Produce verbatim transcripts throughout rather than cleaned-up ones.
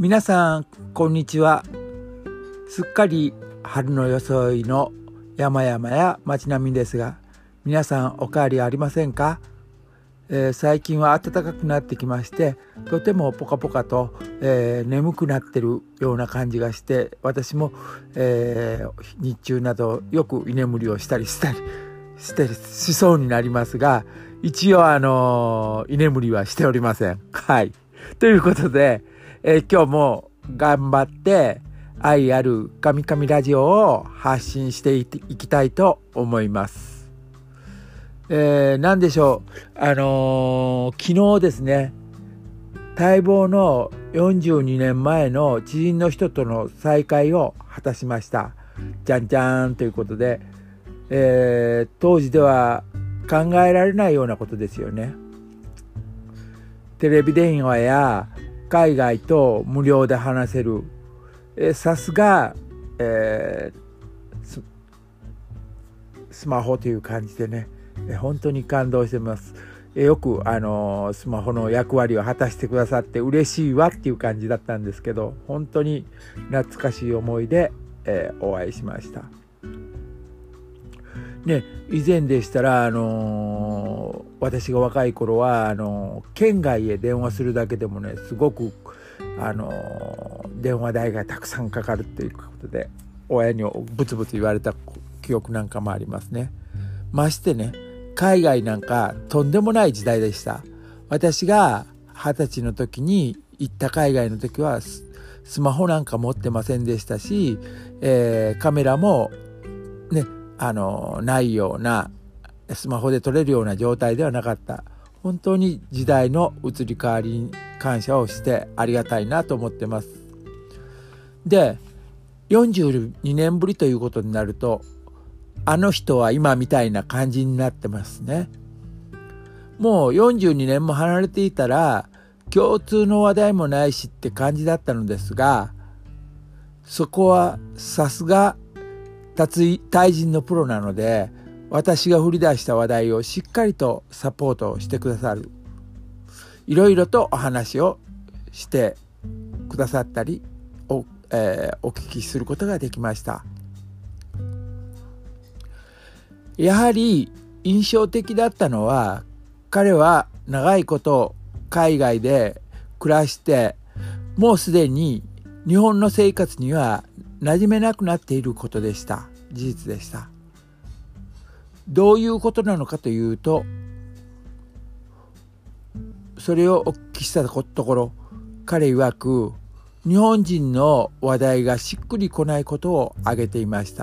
皆さんこんにちは。すっかり春の装いの山々や街並みですが、皆さんお変わりありませんか？えー、最近は暖かくなってきまして、とてもポカポカと、えー、眠くなってるような感じがして、私も、えー、日中などよく居眠りをしたりしたりしてしそうになりますが、一応あのー、居眠りはしておりません。はい。ということで、えー、今日も頑張って愛あるカミカミラジオを発信していきたいと思います。えー、何でしょう、あのー、昨日ですね、待望のよんじゅうにねんまえの知人の人との再会を果たしました。じゃんじゃんということで、えー、当時では考えられないようなことですよね。テレビ電話や海外と無料で話せる、えー、さすが、えー、ス, スマホという感じでね、本当に感動してます。よくあのスマホの役割を果たしてくださって嬉しいわっていう感じだったんですけど、本当に懐かしい思いで、えー、お会いしましたね。以前でしたら、あのー、私が若い頃はあのー、県外へ電話するだけでもね、すごくあのー、電話代がたくさんかかるということで、親にブツブツ言われた記憶なんかもありますね。ましてね、海外なんかとんでもない時代でした。私が二十歳の時に行った海外の時は ス, スマホなんか持ってませんでしたし、えー、カメラもね、あのないような、スマホで撮れるような状態ではなかった。本当に時代の移り変わりに感謝をしてありがたいなと思ってます。で、よんじゅうにねんぶりということになると、あの人は今みたいな感じになってますね。もうよんじゅうにねんも離れていたら共通の話題もないしって感じだったのですが、そこはさすが対人のプロなので、私が振り出した話題をしっかりとサポートしてくださる、いろいろとお話をしてくださったり お,、えー、お聞きすることができました。やはり印象的だったのは、彼は長いこと海外で暮らして、もうすでに日本の生活には馴染めなくなっていることでした。事実でした。どういうことなのかというと、それをお聞きしたところ、彼曰く日本人の話題がしっくりこないことを挙げていました。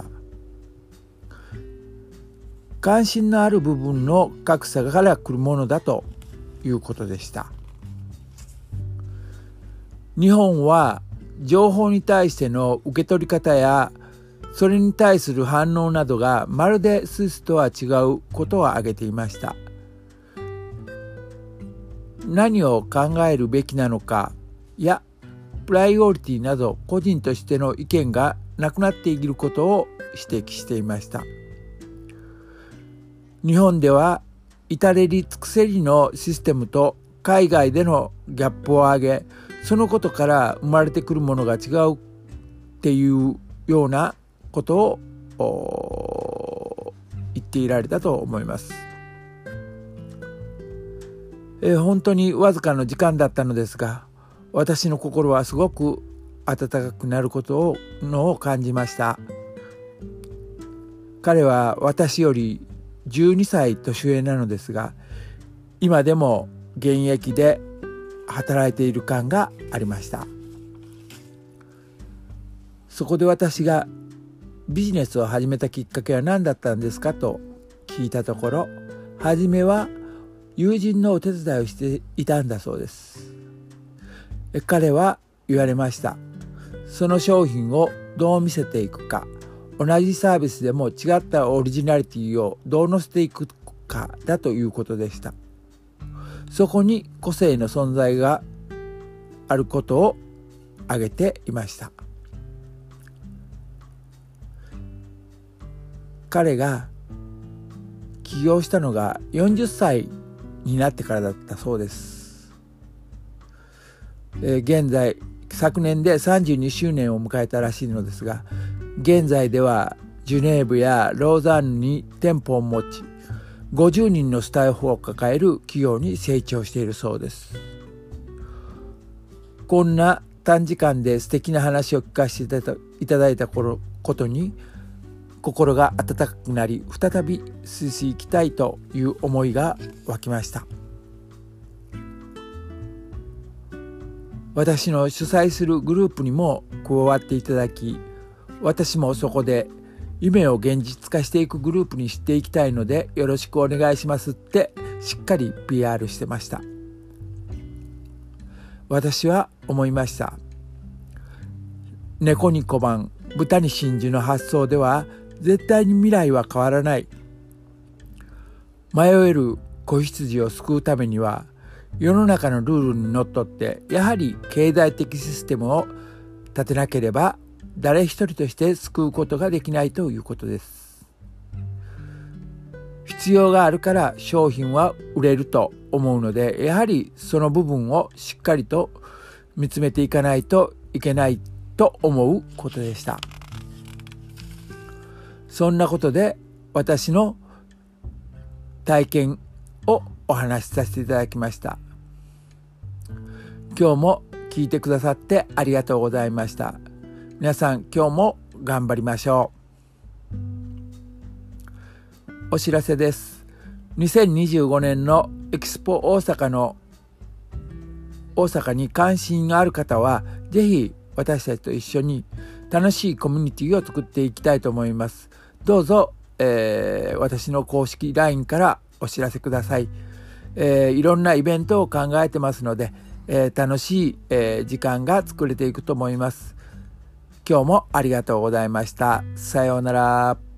関心のある部分の格差から来るものだということでした。日本は情報に対しての受け取り方や、それに対する反応などがまるでスイスとは違うことを挙げていました。何を考えるべきなのかや、プライオリティなど個人としての意見がなくなっていることを指摘していました。日本では至れり尽くせりのシステムと海外でのギャップを上げ、そのことから生まれてくるものが違うっていうようなことを言っていられたと思います。えー、本当にわずかの時間だったのですが、私の心はすごく温かくなることをのを感じました。彼は私よりじゅうにさい年上なのですが、今でも現役で働いている感がありました。そこで私がビジネスを始めたきっかけは何だったんですかと聞いたところ、初めは友人のお手伝いをしていたんだそうです。彼は言われました。その商品をどう見せていくか、同じサービスでも違ったオリジナリティをどう乗せていくかだということでした。そこに個性の存在があることを挙げていました。彼が起業したのがよんじゅっさいになってからだったそうです。えー、現在昨年でさんじゅうにしゅうねんを迎えたらしいのですが、現在ではジュネーブやローザンヌに店舗を持ち、ごじゅうにんのスタッフを抱える企業に成長しているそうです。こんな短時間で素敵な話を聞かせていただいたことに心が温かくなり、再びスイス行きたいという思いが湧きました。私の主催するグループにも加わっていただき、私もそこで夢を現実化していくグループにしていきたいのでよろしくお願いしますってしっかり ピーアール してました。私は思いました。猫に小判、豚に真珠の発想では絶対に未来は変わらない。迷える子羊を救うためには世の中のルールにのっとってやはり経済的システムを立てなければ誰一人として救うことができないということです。必要があるから商品は売れると思うので、やはりその部分をしっかりと見つめていかないといけないと思うことでした。そんなことで私の体験をお話しさせていただきました。今日も聞いてくださってありがとうございました。皆さん今日も頑張りましょう。お知らせです。にせんにじゅうごねんのエキスポ大阪の大阪に関心がある方はぜひ私たちと一緒に楽しいコミュニティを作っていきたいと思います。どうぞ、えー、私の公式 ライン からお知らせください。えー、いろんなイベントを考えてますので、えー、楽しい、えー、時間が作れていくと思います。今日もありがとうございました。さようなら。